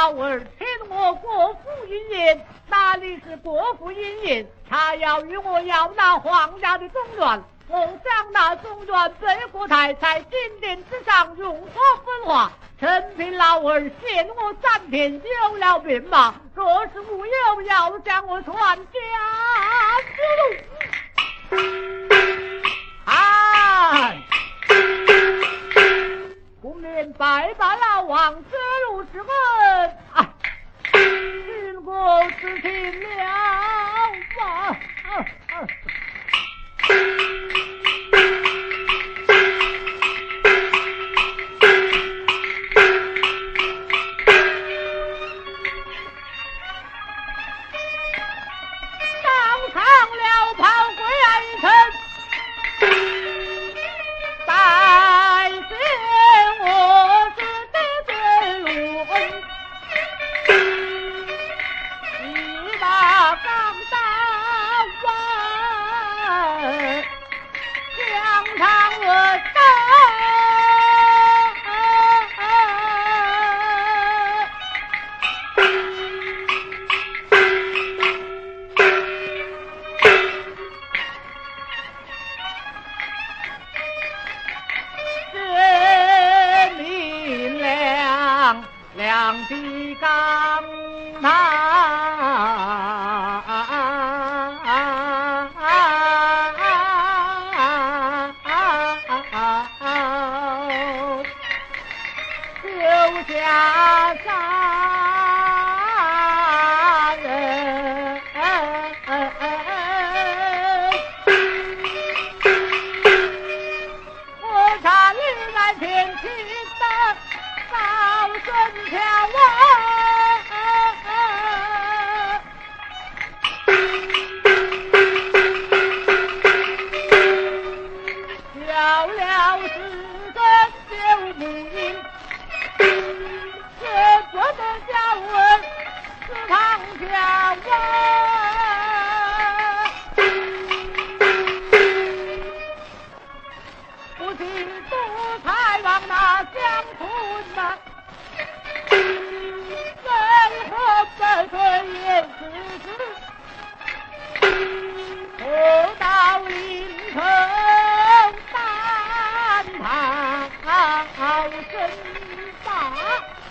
老儿听我国父一言，哪里是国父一言？他要与我要拿皇家的中原，我将那中原背过台，在金殿之上用火焚化。陈平老儿限我3天有了兵马，若是无有，要将我传家之路。哎，不免拜把老王这路之恩啊，经过此情了啊！好身法。